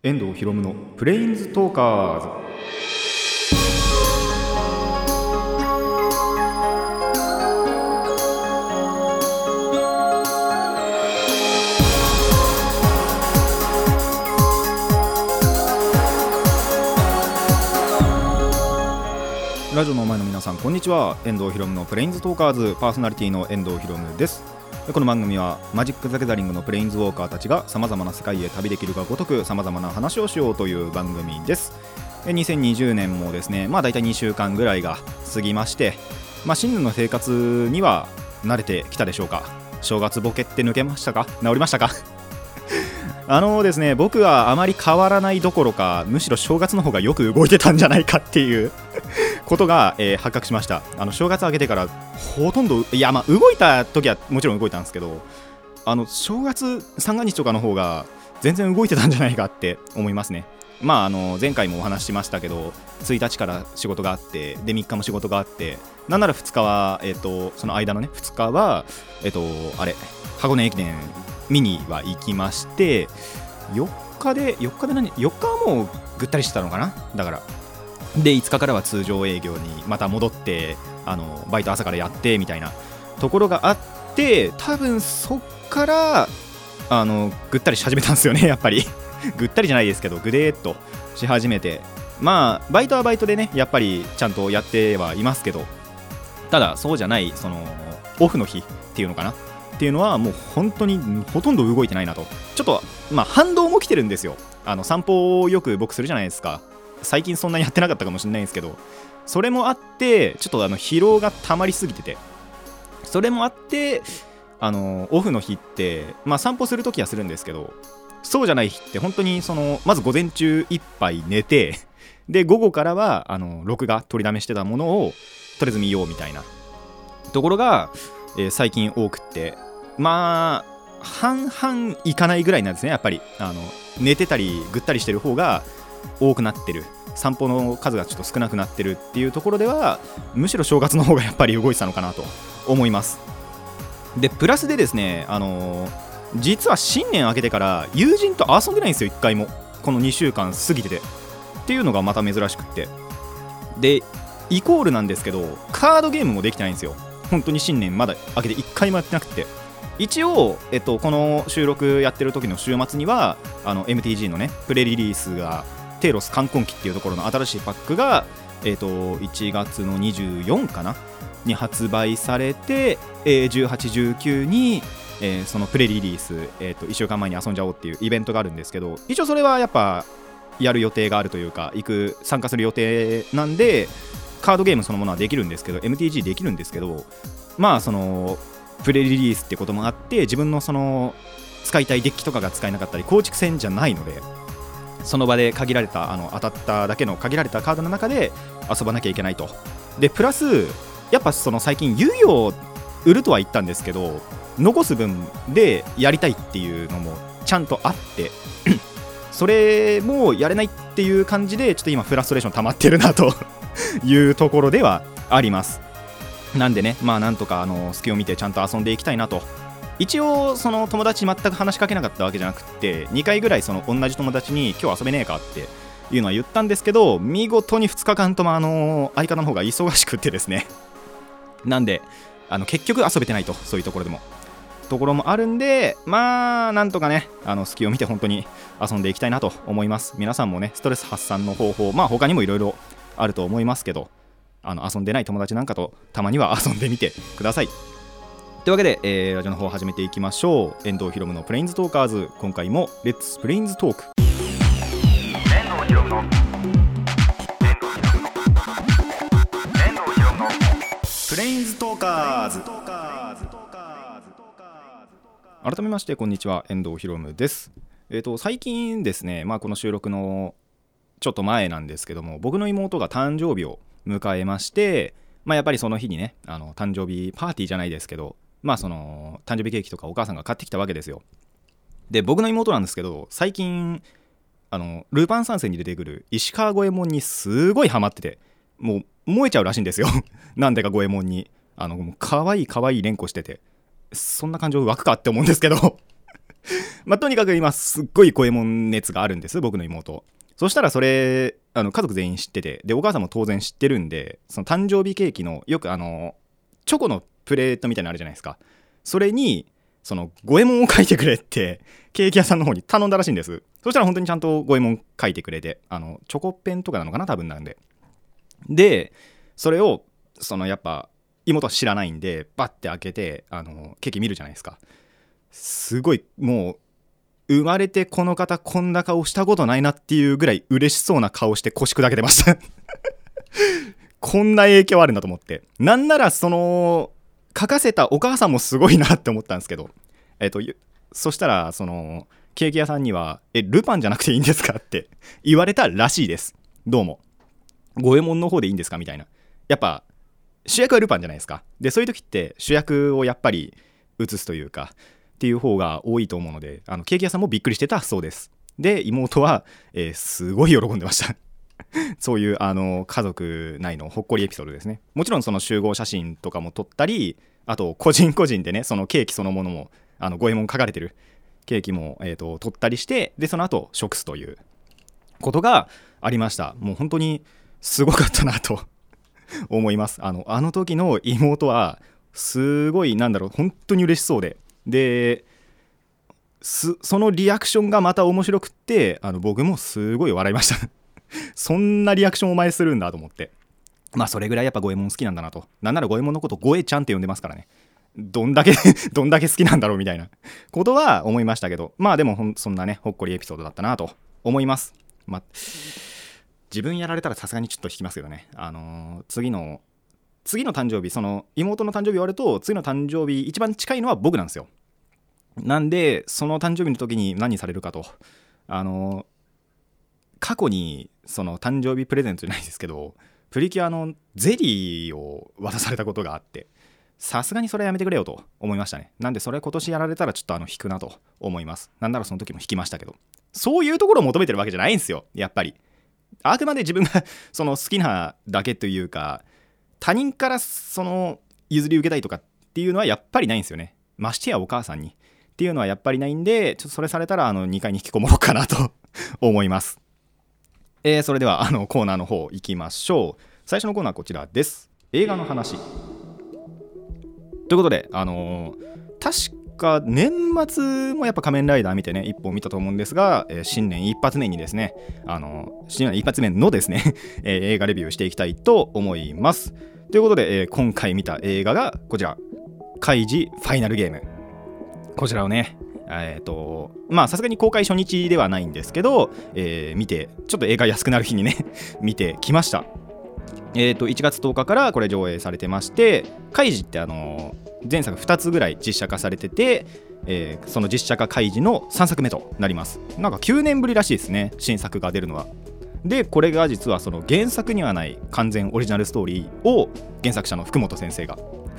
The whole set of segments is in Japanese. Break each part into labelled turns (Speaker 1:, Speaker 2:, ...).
Speaker 1: 遠藤ひろむのプレインズトーカーズ。ラジオの前の皆さん、こんにちは。遠藤ひろむのプレインズトーカーズパーソナリティの遠藤ひろむです。この番組はマジック・ザ・ギャザリングのプレインズウォーカーたちがさまざまな世界へ旅できるがごとくさまざまな話をしようという番組です。2020年もですね、だいたい2週間ぐらいが過ぎまして、新年の生活には慣れてきたでしょうか。正月ボケって抜けましたか？治りましたか？ですね、僕はあまり変わらないどころか、むしろ正月の方がよく動いてたんじゃないかっていうことが、発覚しました。正月明けてからほとんど、動いた時はもちろん動いたんですけど、正月三が日とかの方が全然動いてたんじゃないかって思いますね。前回もお話ししましたけど、1日から仕事があって、で3日も仕事があって、なんなら2日は、その間のね2日は箱根駅伝見には行きまして、4日はもうぐったりしてたのかな。だからで5日からは通常営業にまた戻って、バイト朝からやってみたいなところがあって、多分そっからぐったりし始めたんですよね。やっぱりぐったりじゃないですけど、ぐでーっとし始めて、バイトはバイトでね、やっぱりちゃんとやってはいますけど、ただそうじゃないそのオフの日っていうのかなっていうのはもう本当にほとんど動いてないなと。ちょっと反動も来てるんですよ。散歩をよく僕するじゃないですか。最近そんなにやってなかったかもしれないんですけど、それもあってちょっと疲労が溜まりすぎてて、それもあってオフの日って散歩するときはするんですけど、そうじゃない日って本当にまず午前中いっぱい寝て、で午後からは録画取りだめしてたものをとりあえず見ようみたいなところが、最近多くって、半々いかないぐらいなんですね。やっぱり寝てたりぐったりしてる方が多くなってる、散歩の数がちょっと少なくなってるっていうところでは、むしろ正月の方がやっぱり動いてたのかなと思います。でプラスでですね、実は新年明けてから友人と遊んでないんですよ、一回も。この2週間過ぎててっていうのがまた珍しくって、でイコールなんですけど、カードゲームもできてないんですよ。本当に新年まだ明けて1回もやってなくて、一応、この収録やってる時の週末にはMTG のねプレリリースがテイロス冠婚期っていうところの新しいパックが、1月の24かなに発売されて、18、19に、そのプレリリース、1週間前に遊んじゃおうっていうイベントがあるんですけど、一応それはやっぱやる予定があるというか、参加する予定なんで、カードゲームそのものはできるんですけど、 MTG できるんですけど、そのプレリリースってこともあって、自分のその使いたいデッキとかが使えなかったり、構築戦じゃないので、その場で限られた当たっただけの限られたカードの中で遊ばなきゃいけないと。でプラスやっぱ最近猶予を売るとは言ったんですけど、残す分でやりたいっていうのもちゃんとあってそれもやれないっていう感じで、ちょっと今フラストレーション溜まってるなというところではあります。なんでね、なんとか隙を見てちゃんと遊んでいきたいなと。一応その友達全く話しかけなかったわけじゃなくて、2回ぐらい同じ友達に今日遊べねえかっていうのは言ったんですけど、見事に2日間とも相方の方が忙しくってですね、なんで結局遊べてないと、そういうところもあるんで、なんとかね隙を見て本当に遊んでいきたいなと思います。皆さんもねストレス発散の方法、他にもいろいろあると思いますけど、遊んでない友達なんかとたまには遊んでみてください。というわけで、ラジオの方を始めていきましょう。遠藤ひろむのプレインズトーカーズ、今回もレッツプレインズトーク。遠藤ひろむのプレインズトーカーズ。改めましてこんにちは、遠藤ひろむです。最近ですね、この収録のちょっと前なんですけども、僕の妹が誕生日を迎えまして、やっぱりその日にね誕生日パーティーじゃないですけど、その誕生日ケーキとかお母さんが買ってきたわけですよ。で僕の妹なんですけど、最近ルパン三世に出てくる石川五右衛門にすごいハマってて、もう燃えちゃうらしいんですよなんでか五右衛門にもう可愛い連呼してて、そんな感情湧くかって思うんですけどとにかく今すっごい五右衛門熱があるんです、僕の妹。そしたらそれ家族全員知ってて、でお母さんも当然知ってるんで、その誕生日ケーキのよくチョコのプレートみたいなのあるじゃないですか。それにその五右衛門を書いてくれってケーキ屋さんの方に頼んだらしいんです。そしたら本当にちゃんと五右衛門書いてくれて、チョコペンとかなのかな多分なんで。でそれをやっぱ妹は知らないんでバッて開けてケーキ見るじゃないですか。すごいもう生まれてこの方こんな顔したことないなっていうぐらい嬉しそうな顔して腰砕けてましたこんな影響あるんだと思って、なんなら書かせたお母さんもすごいなって思ったんですけど、そしたらケーキ屋さんにはルパンじゃなくていいんですかって言われたらしいです。どうも五右衛門の方でいいんですかみたいな。やっぱ主役はルパンじゃないですか。でそういう時って主役をやっぱり映すというかっていう方が多いと思うので、ケーキ屋さんもびっくりしてたそうです。で妹は、すごい喜んでましたそういう家族内のほっこりエピソードですね。もちろんその集合写真とかも撮ったり、あと個人個人でねそのケーキそのものも五右衛門書かれてるケーキも、撮ったりして、でその後食すということがありました。もう本当にすごかったなと思います。あの時の妹はすごい本当に嬉しそうでそのリアクションがまた面白くって僕もすごい笑いましたそんなリアクションをお前するんだと思って、それぐらいやっぱ五右衛門好きなんだなと。なんなら五右衛門のこと五右ちゃんって呼んでますからね。どんだけ好きなんだろうみたいなことは思いましたけど、でもそんなねほっこりエピソードだったなと思います。自分やられたらさすがにちょっと引きますけどね。次の誕生日、その妹の誕生日終わると次の誕生日一番近いのは僕なんですよ。なんでその誕生日の時に何されるかと、過去にその誕生日プレゼントじゃないですけどプリキュアのゼリーを渡されたことがあって、さすがにそれはやめてくれよと思いましたね。なんでそれ今年やられたらちょっと引くなと思います。なんならその時も引きましたけど、そういうところを求めてるわけじゃないんですよ。やっぱりあくまで自分がその好きなだけというか、他人から譲り受けたいとかっていうのはやっぱりないんですよね。ましてやお母さんにっていうのはやっぱりないんで、ちょっとそれされたら2階に引きこもろうかなと思います。それではコーナーの方行きましょう。最初のコーナーはこちらです。映画の話ということで、確か年末もやっぱ仮面ライダー見てね一本見たと思うんですが、新年一発目にですね新年一発目のですね映画レビューしていきたいと思います。ということで、今回見た映画がこちら、カイジファイナルゲーム。こちらをねさすがに公開初日ではないんですけど、見てちょっと映画安くなる日にね見てきました。1月10日からこれ上映されてまして、カイジって前作2つぐらい実写化されてて、その実写化カイジの3作目となります。なんか9年ぶりらしいですね、新作が出るのは。でこれが実はその原作にはない完全オリジナルストーリーを原作者の福本先生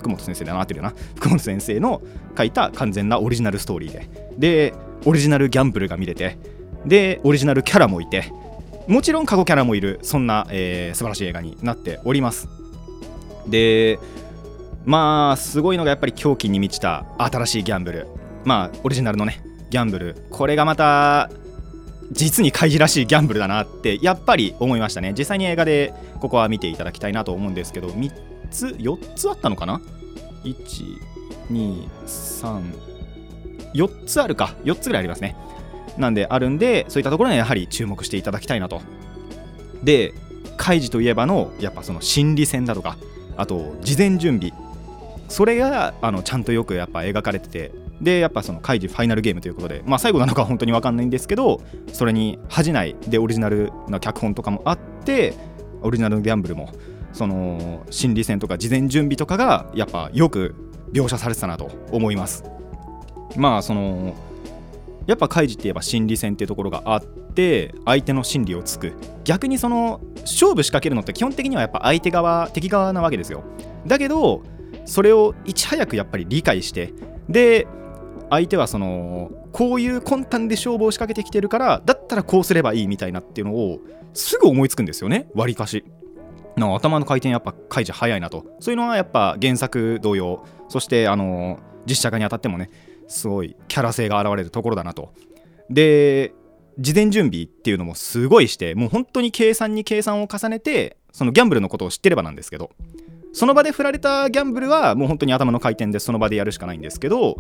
Speaker 1: の書いた完全なオリジナルストーリーでオリジナルギャンブルが見れて、でオリジナルキャラもいて、もちろん過去キャラもいる、そんな、素晴らしい映画になっております。で、すごいのがやっぱり狂気に満ちた新しいギャンブル、オリジナルのねギャンブル、これがまた実に怪事らしいギャンブルだなってやっぱり思いましたね。実際に映画でここは見ていただきたいなと思うんですけど、4つあったのかな、4つあるか、4つぐらいありますね。なんであるんで、そういったところにやはり注目していただきたいなと。でカイジといえばのやっぱその心理戦だとか、あと事前準備、それがちゃんとよくやっぱ描かれてて、でやっぱそのカイジファイナルゲームということで、最後なのか本当に分かんないんですけど、それに恥じないでオリジナルな脚本とかもあって、オリジナルのギャンブルもその心理戦とか事前準備とかがやっぱよく描写されてたなと思います。やっぱカイジって言えば心理戦っていうところがあって、相手の心理をつく、逆にその勝負仕掛けるのって基本的にはやっぱ相手側、敵側なわけですよ。だけどそれをいち早くやっぱり理解して、で相手はこういう魂胆で勝負を仕掛けてきてるから、だったらこうすればいいみたいなっていうのをすぐ思いつくんですよね、わりかし。頭の回転やっぱカイジ早いなと。そういうのはやっぱ原作同様、そして実写化にあたってもねすごいキャラ性が現れるところだなと。で事前準備っていうのもすごいして、もう本当に計算に計算を重ねて、そのギャンブルのことを知ってればなんですけど、その場で振られたギャンブルはもう本当に頭の回転でその場でやるしかないんですけど、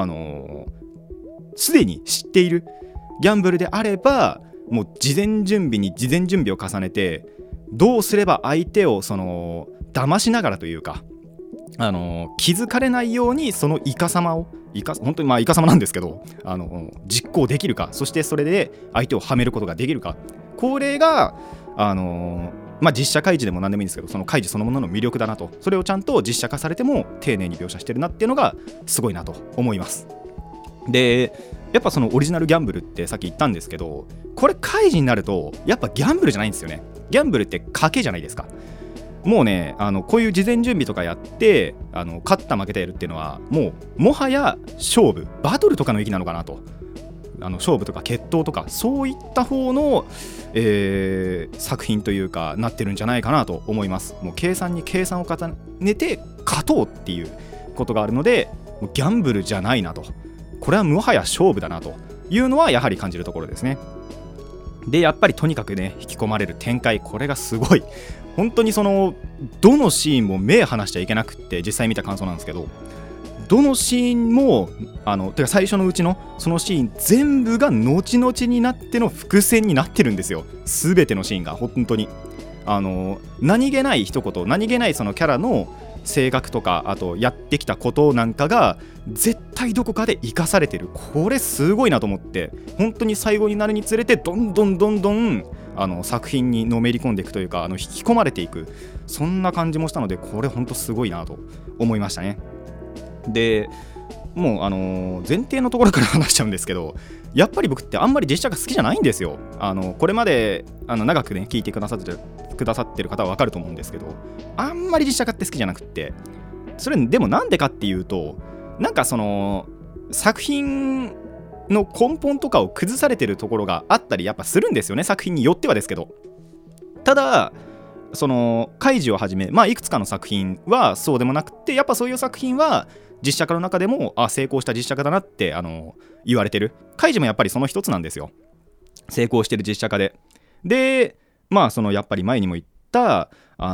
Speaker 1: すでに知っているギャンブルであれば、もう事前準備に事前準備を重ねて、どうすれば相手を騙しながらというか、気づかれないようにそのイカ様を本当にイカ様なんですけど、実行できるか、そしてそれで相手をはめることができるか、これが実写開示でも何でもいいんですけど、その開示そのものの魅力だなと。それをちゃんと実写化されても丁寧に描写してるなっていうのがすごいなと思います。でやっぱそのオリジナルギャンブルってさっき言ったんですけど、これ開示になるとやっぱギャンブルじゃないんですよね。ギャンブルって賭けじゃないですか。もうね、こういう事前準備とかやって勝った負けたやるっていうのはもはや勝負バトルとかの域なのかなと。勝負とか決闘とかそういった方の、作品というかなってるんじゃないかなと思います。もう計算に計算を重ねて勝とうっていうことがあるので、もうギャンブルじゃないなと、これはもはや勝負だなというのはやはり感じるところですね。でやっぱりとにかくね、引き込まれる展開、これがすごい。本当にどのシーンも目離しちゃいけなくって、実際見た感想なんですけど、どのシーンもてか最初のうちのそのシーン全部が後々になっての伏線になってるんですよ。全てのシーンが本当に何気ない一言、何気ないそのキャラの性格とか、あとやってきたことなんかが絶対どこかで生かされてる。これすごいなと思って、本当に最後になるにつれてどんどん作品にのめり込んでいくというか、引き込まれていく、そんな感じもしたので、これ本当すごいなと思いましたね。でもう前提のところから話しちゃうんですけど、やっぱり僕ってあんまり実写が好きじゃないんですよ。これまで長くね聞いてくださってる方は分かると思うんですけど、あんまり実写化って好きじゃなくって、それでもなんでかっていうと、なんか作品の根本とかを崩されてるところがあったりやっぱするんですよね、作品によってはですけど。ただカイジをはじめ、いくつかの作品はそうでもなくて、やっぱそういう作品は実写化の中でも成功した実写化だなって言われてる。カイジもやっぱりその一つなんですよ、成功してる実写化で。でやっぱり前にも言った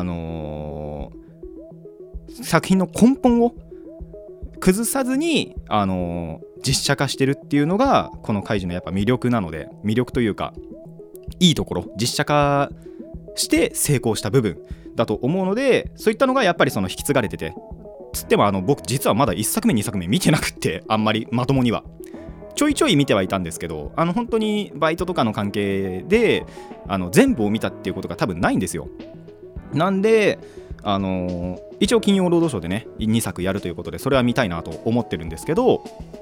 Speaker 1: 作品の根本を崩さずに実写化してるっていうのがこのカイジのやっぱ魅力なので、魅力というかいいところ、実写化して成功した部分だと思うので、そういったのがやっぱり引き継がれてて、つっても僕実はまだ1作目2作目見てなくて、あんまりまともにはちょいちょい見てはいたんですけど、本当にバイトとかの関係で全部を見たっていうことが多分ないんですよ。なんで一応金曜ロードショーでね2作やるということで、それは見たいなと思ってるんですけど、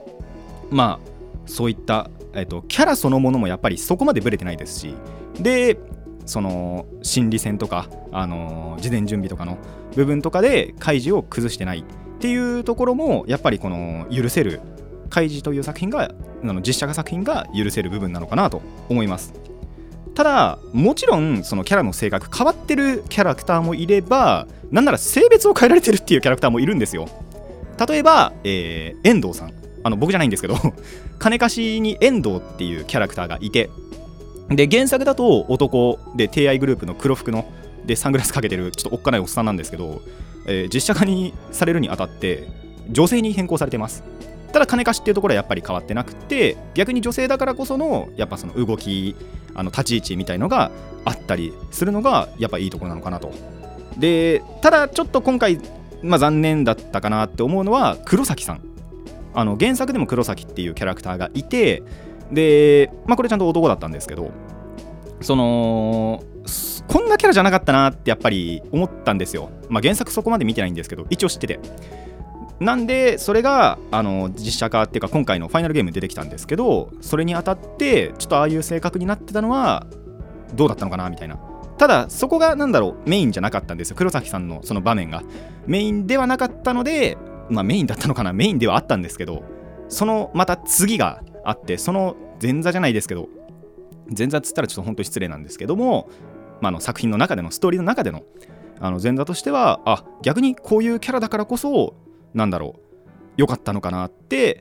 Speaker 1: そういった、キャラそのものもやっぱりそこまでブレてないですし、で心理戦とか、事前準備とかの部分とかで開示を崩してないっていうところもやっぱり許せる、開示という作品が実写化作品が許せる部分なのかなと思います。ただもちろんそのキャラの性格変わってるキャラクターもいれば、なんなら性別を変えられてるっていうキャラクターもいるんですよ。例えば、遠藤さん、僕じゃないんですけど金貸しに遠藤っていうキャラクターがいて、で原作だと男で帝愛グループの黒服のでサングラスかけてるちょっとおっかないおっさんなんですけど、実写化にされるにあたって女性に変更されてます。ただ金貸しっていうところはやっぱり変わってなくて、逆に女性だからこそのやっぱその動き、立ち位置みたいのがあったりするのがやっぱいいところなのかなと。でただちょっと今回、残念だったかなって思うのは黒崎さん。原作でも黒崎っていうキャラクターがいて、でこれちゃんと男だったんですけど、こんなキャラじゃなかったなってやっぱり思ったんですよ。原作そこまで見てないんですけど一応知ってて、なんでそれが実写化っていうか今回のファイナルゲームに出てきたんですけど、それにあたってちょっとああいう性格になってたのはどうだったのかなみたいな。ただそこがメインじゃなかったんですよ。黒崎さんのその場面がメインではなかったので、メインだったのかな、メインではあったんですけど、そのまた次があって、その前座じゃないですけど、前座っつったらちょっと本当に失礼なんですけども、作品の中でのストーリーの中での前座としては逆にこういうキャラだからこそ良かったのかなって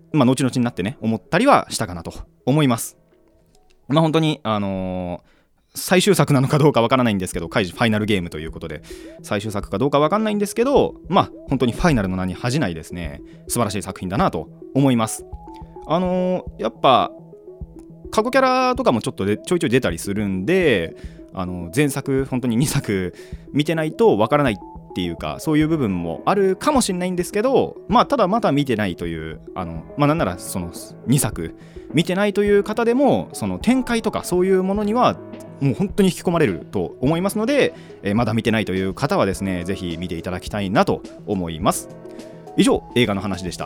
Speaker 1: 後々になってね思ったりはしたかなと思います。本当に最終作なのかどうかわからないんですけど、カイジファイナルゲームということで最終作かどうかわかんないんですけど、本当にファイナルの名に恥じないですね素晴らしい作品だなと思います。やっぱ過去キャラとかもちょいちょい出たりするんで、前作本当に2作見てないとわからないっていうか、そういう部分もあるかもしれないんですけど、ただまだ見てないというなんならその2作見てないという方でもその展開とかそういうものにはもう本当に引き込まれると思いますので、まだ見てないという方はですねぜひ見ていただきたいなと思います。以上映画の話でした。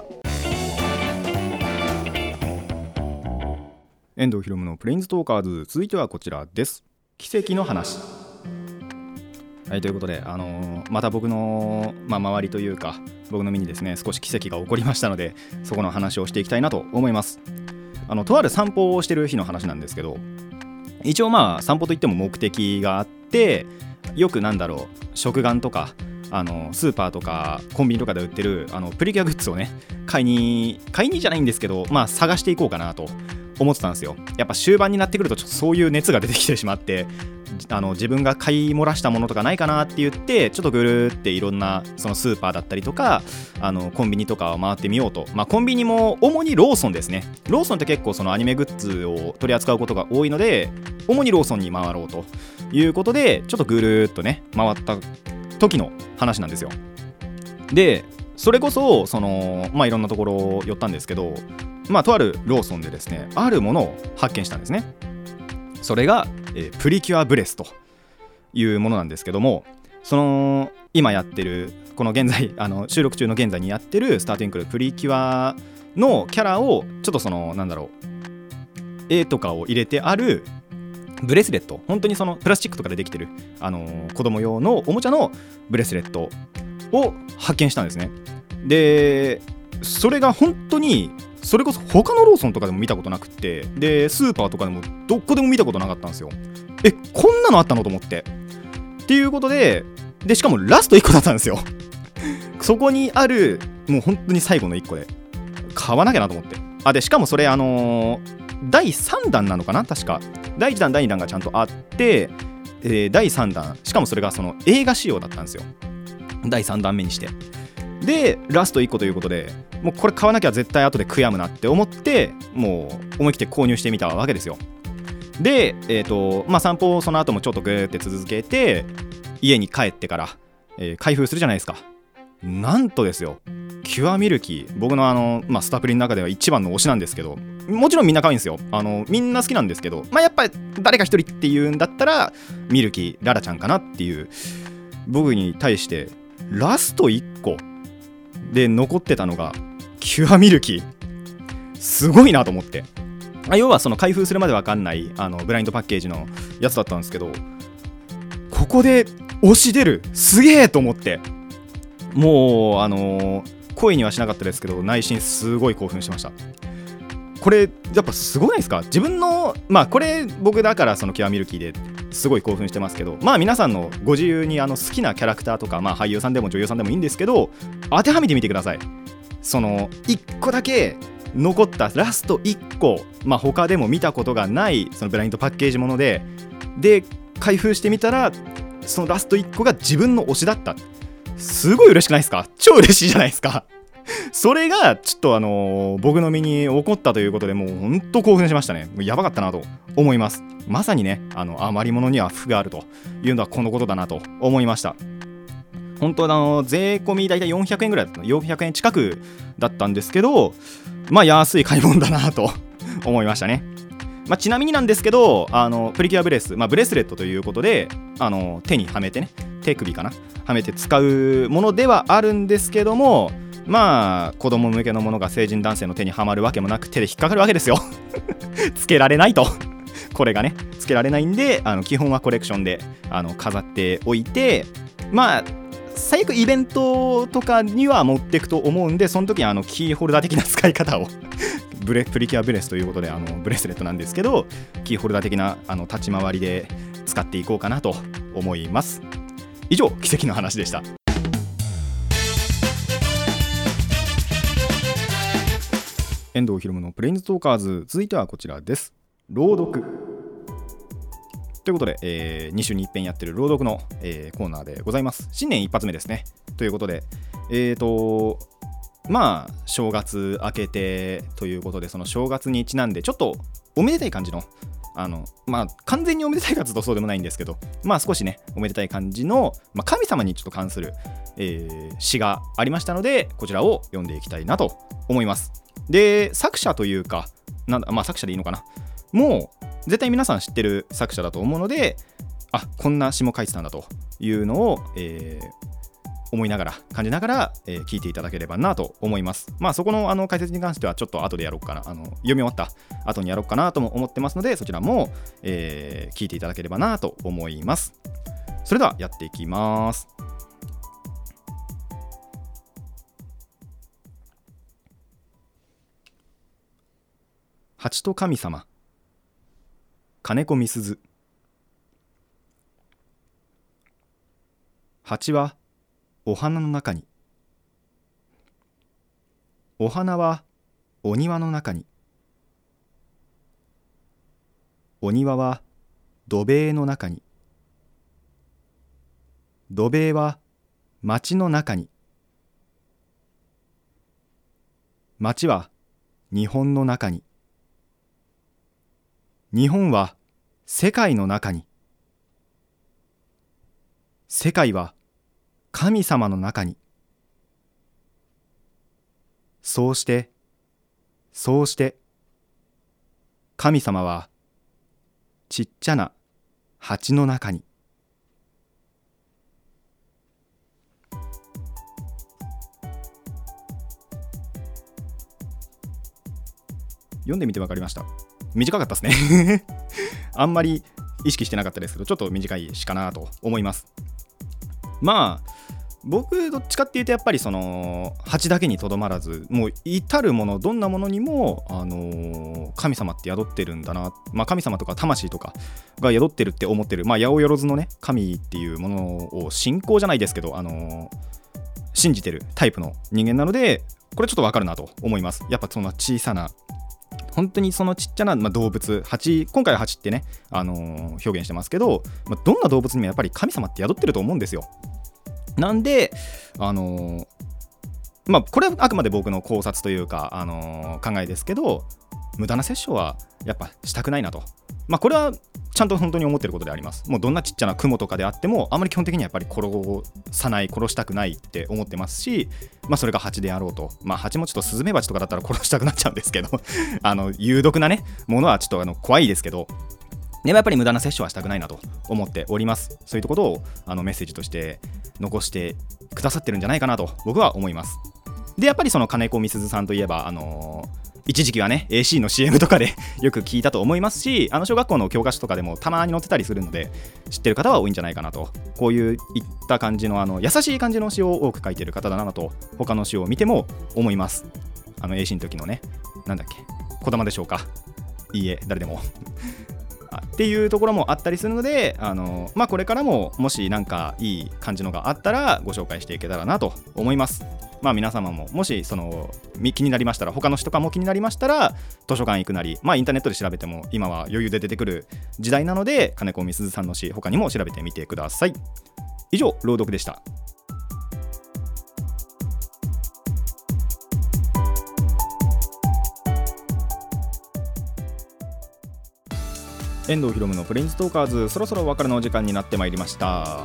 Speaker 1: 遠藤ひろむのプレインズトーカーズ、続いてはこちらです。奇跡の話。はい、ということで、また僕の、周りというか僕の身にですね少し奇跡が起こりましたので、そこの話をしていきたいなと思います。とある散歩をしてる日の話なんですけど、一応散歩といっても目的があって、よく食玩とかスーパーとかコンビニとかで売ってるプリキュアグッズをね買いにじゃないんですけど、探していこうかなと思ってたんですよ。やっぱ終盤になってくるとちょっとそういう熱が出てきてしまって、自分が買い漏らしたものとかないかなって言ってちょっとぐるっていろんなそのスーパーだったりとかコンビニとかを回ってみようと。コンビニも主にローソンですね。ローソンって結構そのアニメグッズを取り扱うことが多いので、主にローソンに回ろうということでちょっとぐるっとね回った時の話なんですよ。でそれこそいろんなところを寄ったんですけど、とあるローソンでですねあるものを発見したんですね。それが、プリキュアブレスというものなんですけども、今やってるこの現在収録中の現在にやってるスタートインクルプリキュアのキャラをちょっと絵とかを入れてあるブレスレット、本当にプラスチックとかでできてる子供用のおもちゃのブレスレットを発見したんですね。でそれが本当にそれこそ他のローソンとかでも見たことなくて、でスーパーとかでもどこでも見たことなかったんですよ。こんなのあったのと思ってっていうことでしかもラスト1個だったんですよそこにあるもう本当に最後の1個で買わなきゃなと思って。でしかもそれ第3弾なのかな、確か第1弾第2弾がちゃんとあって、第3弾しかもそれがその映画仕様だったんですよ。第3弾目にしてでラスト1個ということで、もうこれ買わなきゃ絶対後で悔やむなって思ってもう思い切って購入してみたわけですよ。で散歩をその後もちょっとグーって続けて家に帰ってから、開封するじゃないですか。なんとですよ、キュアミルキー、僕のスタプリの中では一番の推しなんですけど、もちろんみんな可愛いんですよ。みんな好きなんですけど、やっぱり誰か一人っていうんだったらミルキーララちゃんかなっていう、僕に対してラスト1個で残ってたのがキュアミルキー、すごいなと思って。要はその開封するまで分かんないブラインドパッケージのやつだったんですけど、ここで推し出る、すげえと思って、もう声にはしなかったですけど内心すごい興奮しました。これやっぱすごいですか。自分のこれ僕だからそのキュアミルキーですごい興奮してますけど、皆さんのご自由に好きなキャラクターとか、俳優さんでも女優さんでもいいんですけど当てはめてみてください。その1個だけ残ったラスト1個、他でも見たことがないそのブラインドパッケージもので開封してみたらそのラスト1個が自分の推しだった。すごい嬉しくないですか。超嬉しいじゃないですかそれがちょっと僕の身に起こったということで、もう本当興奮しましたね。やばかったなと思います。まさにね余り物には福があるというのはこのことだなと思いました。本当税込みだいたい400円ぐらいだった、400円近くだったんですけど、安い買い物だなと思いましたね。ちなみになんですけどプリキュアブレス、ブレスレットということで手にはめてね、手首かな、はめて使うものではあるんですけども、子供向けのものが成人男性の手にはまるわけもなく手で引っかかるわけですよつけられないとこれがねつけられないんで基本はコレクションで飾っておいて、最悪イベントとかには持っていくと思うんで、その時はキーホルダー的な使い方をプリキュアブレスということでブレスレットなんですけど、キーホルダー的な立ち回りで使っていこうかなと思います。以上奇跡の話でした。 遠藤ひろむのプレインズトーカーズ、続いてはこちらです。朗読ということで、2週に一遍やってる朗読の、コーナーでございます。新年一発目ですね。ということでまあ正月明けてということで、その正月にちなんでちょっとおめでたい感じの完全におめでたいかつとそうでもないんですけど、少しねおめでたい感じの、神様にちょっと関する、詩がありましたので、こちらを読んでいきたいなと思います。で、作者というか作者でいいのかな、もう絶対皆さん知ってる作者だと思うので、こんな詩も書いてたんだというのを、思いながら感じながら、聞いていただければなと思います。そこの解説に関してはちょっと後でやろうかな、読み終わった後にやろうかなとも思ってますので、そちらも、聞いていただければなと思います。それではやっていきます。蜂と神様、金子みすず。蜂はお花の中に、お花はお庭の中に、お庭は土塀の中に、土塀は町の中に、町は日本の中に、日本は世界の中に、世界は神様の中に。そうして神様はちっちゃな蜂の中に。読んでみて分かりました。短かったですねあんまり意識してなかったですけど、ちょっと短い詩かなと思います。僕どっちかっていうとやっぱりその蜂だけにとどまらず、もう至るものどんなものにも、神様って宿ってるんだな、神様とか魂とかが宿ってるって思ってる、八百万のね神っていうものを信仰じゃないですけど、信じてるタイプの人間なので、これちょっとわかるなと思います。やっぱそんな小さな本当にそのちっちゃな、動物、蜂、今回は蜂ってね、表現してますけど、どんな動物にもやっぱり神様って宿ってると思うんですよ。なんでこれはあくまで僕の考察というか、考えですけど、無駄な殺生はやっぱしたくないなと、これはちゃんと本当に思ってることであります。もうどんなちっちゃな雲とかであっても、あまり基本的にはやっぱり殺したくないって思ってますし、それが蜂であろうと、蜂もちょっとスズメバチとかだったら殺したくなっちゃうんですけど有毒なねものはちょっと怖いですけど、でもやっぱり無駄な殺生はしたくないなと思っております。そういうところをメッセージとして残してくださってるんじゃないかなと僕は思います。で、やっぱりその金子みすずさんといえば、一時期はね AC の CM とかでよく聞いたと思いますし、小学校の教科書とかでもたまに載ってたりするので、知ってる方は多いんじゃないかなと。こういういった感じの優しい感じの詩を多く書いてる方だなと、他の詩を見ても思います。AC の時のね、なんだっけ、児玉でしょうか、いいえ誰でもっていうところもあったりするので、これからももしなんかいい感じのがあったらご紹介していけたらなと思います。皆様ももし気になりましたら、他の人とかも気になりましたら、図書館行くなり、インターネットで調べても今は余裕で出てくる時代なので、金子みすずさんの詩他にも調べてみてください。以上、朗読でした。遠藤ひろむのプレインズトーカーズ、そろそろお別れのお時間になってまいりました。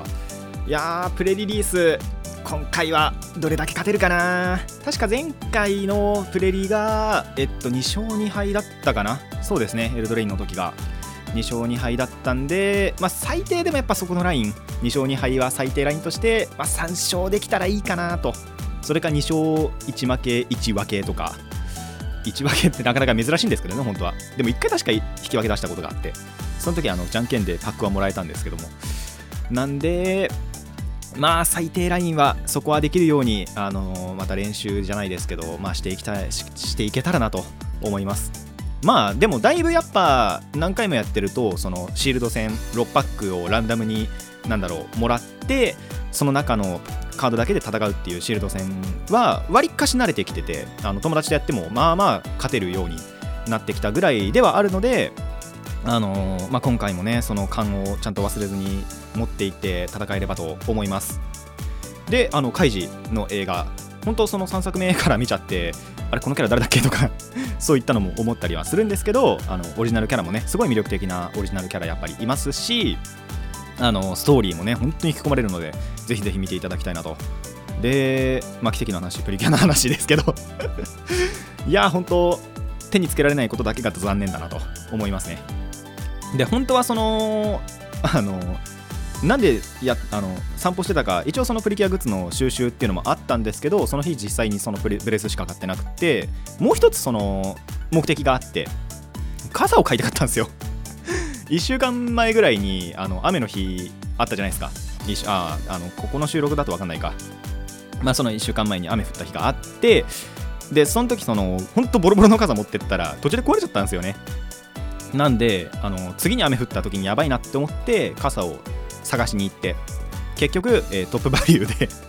Speaker 1: いやー、プレリリース今回はどれだけ勝てるかな。確か前回のプレリが2勝2敗だったかな。そうですね、エルドレインの時が2勝2敗だったんで、最低でもやっぱそこのライン、2勝2敗は最低ラインとして、3勝できたらいいかなと。それか2勝1負け1分けとか、1分けってなかなか珍しいんですけどね、本当は。でも1回確か引き分け出したことがあって、その時じゃんけんでパックはもらえたんですけども、なんで最低ラインはそこはできるようにまた練習じゃないですけど、していけたらなと思います。でもだいぶやっぱ何回もやってると、そのシールド戦6パックをランダムにもらって、その中のカードだけで戦うっていうシールド戦は割かし慣れてきてて、友達とやってもまあまあ勝てるようになってきたぐらいではあるので、今回もねその勘をちゃんと忘れずに持っていって戦えればと思います。でカイジの映画、本当その3作目から見ちゃって、あれこのキャラ誰だっけとかそういったのも思ったりはするんですけど、オリジナルキャラもねすごい魅力的なオリジナルキャラやっぱりいますし、ストーリーもね本当に引き込まれるので、ぜひぜひ見ていただきたいなと。で、奇跡の話、プリキュアの話ですけどいや本当手につけられないことだけが残念だなと思いますね。で本当はそのなんで散歩してたか、一応そのプリキュアグッズの収集っていうのもあったんですけど、その日実際にそのブレスしか買ってなくて、もう一つその目的があって、傘を買いたかったんですよ1週間前ぐらいに雨の日あったじゃないですか。ここの収録だと分かんないか、その1週間前に雨降った日があって、でその時ほんとボロボロの傘持ってったら途中で壊れちゃったんですよね。なんで次に雨降った時にやばいなって思って傘を探しに行って、結局、トップバリューで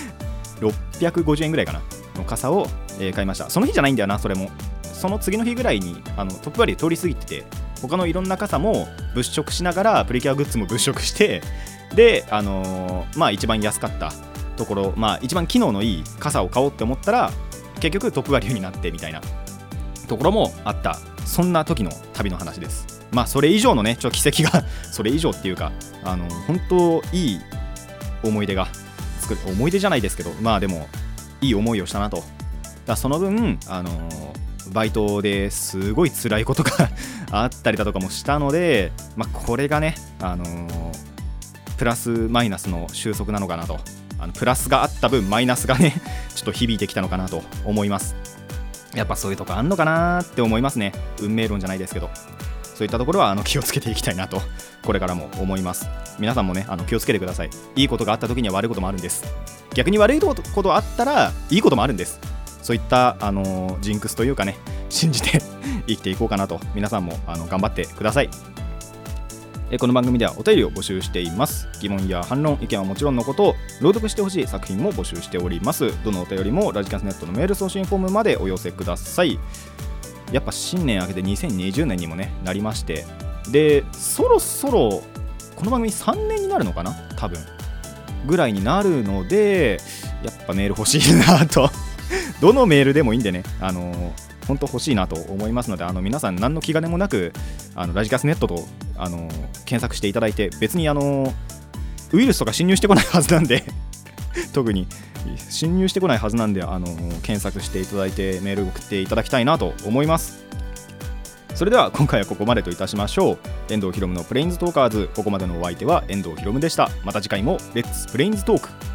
Speaker 1: 650円ぐらいかなの傘を、買いました。その日じゃないんだよな、それもその次の日ぐらいにトップバリュー通り過ぎてて、他のいろんな傘も物色しながらプリキュアグッズも物色して、で一番安かったところ、一番機能のいい傘を買おうって思ったら結局トップバリューになってみたいなところもあった、そんな時の旅の話です。それ以上のね奇跡がそれ以上っていうか本当いい思い出が思い出じゃないですけど、でもいい思いをしたなと。その分バイトですごい辛いことがあったりだとかもしたので、これがねプラスマイナスの収束なのかなと。プラスがあった分マイナスがねちょっと響いてきたのかなと思います。やっぱそういうとこあんのかなって思いますね。運命論じゃないですけど、そういったところは気をつけていきたいなとこれからも思います。皆さんもね気をつけてください。いいことがあった時には悪いこともあるんです。逆に悪いことあったらいいこともあるんです。そういったジンクスというかね、信じて生きていこうかなと。皆さんも頑張ってください。この番組ではお便りを募集しています。疑問や反論、意見はもちろんのこと、朗読してほしい作品も募集しております。どのお便りもラジキャスネットのメール送信フォームまでお寄せください。やっぱ新年明けて2020年にもねなりまして、でそろそろこの番組3年になるのかな、多分ぐらいになるので、やっぱメール欲しいなとどのメールでもいいんでね、本当欲しいなと思いますので、皆さん何の気兼ねもなくラジカスネットと検索していただいて、別にウイルスとか侵入してこないはずなんで特に侵入してこないはずなんで検索していただいてメール送っていただきたいなと思います。それでは今回はここまでといたしましょう。遠藤ひろむのプレインズトーカーズ、ここまでのお相手は遠藤ひろむでした。また次回もレッツプレインズトーク。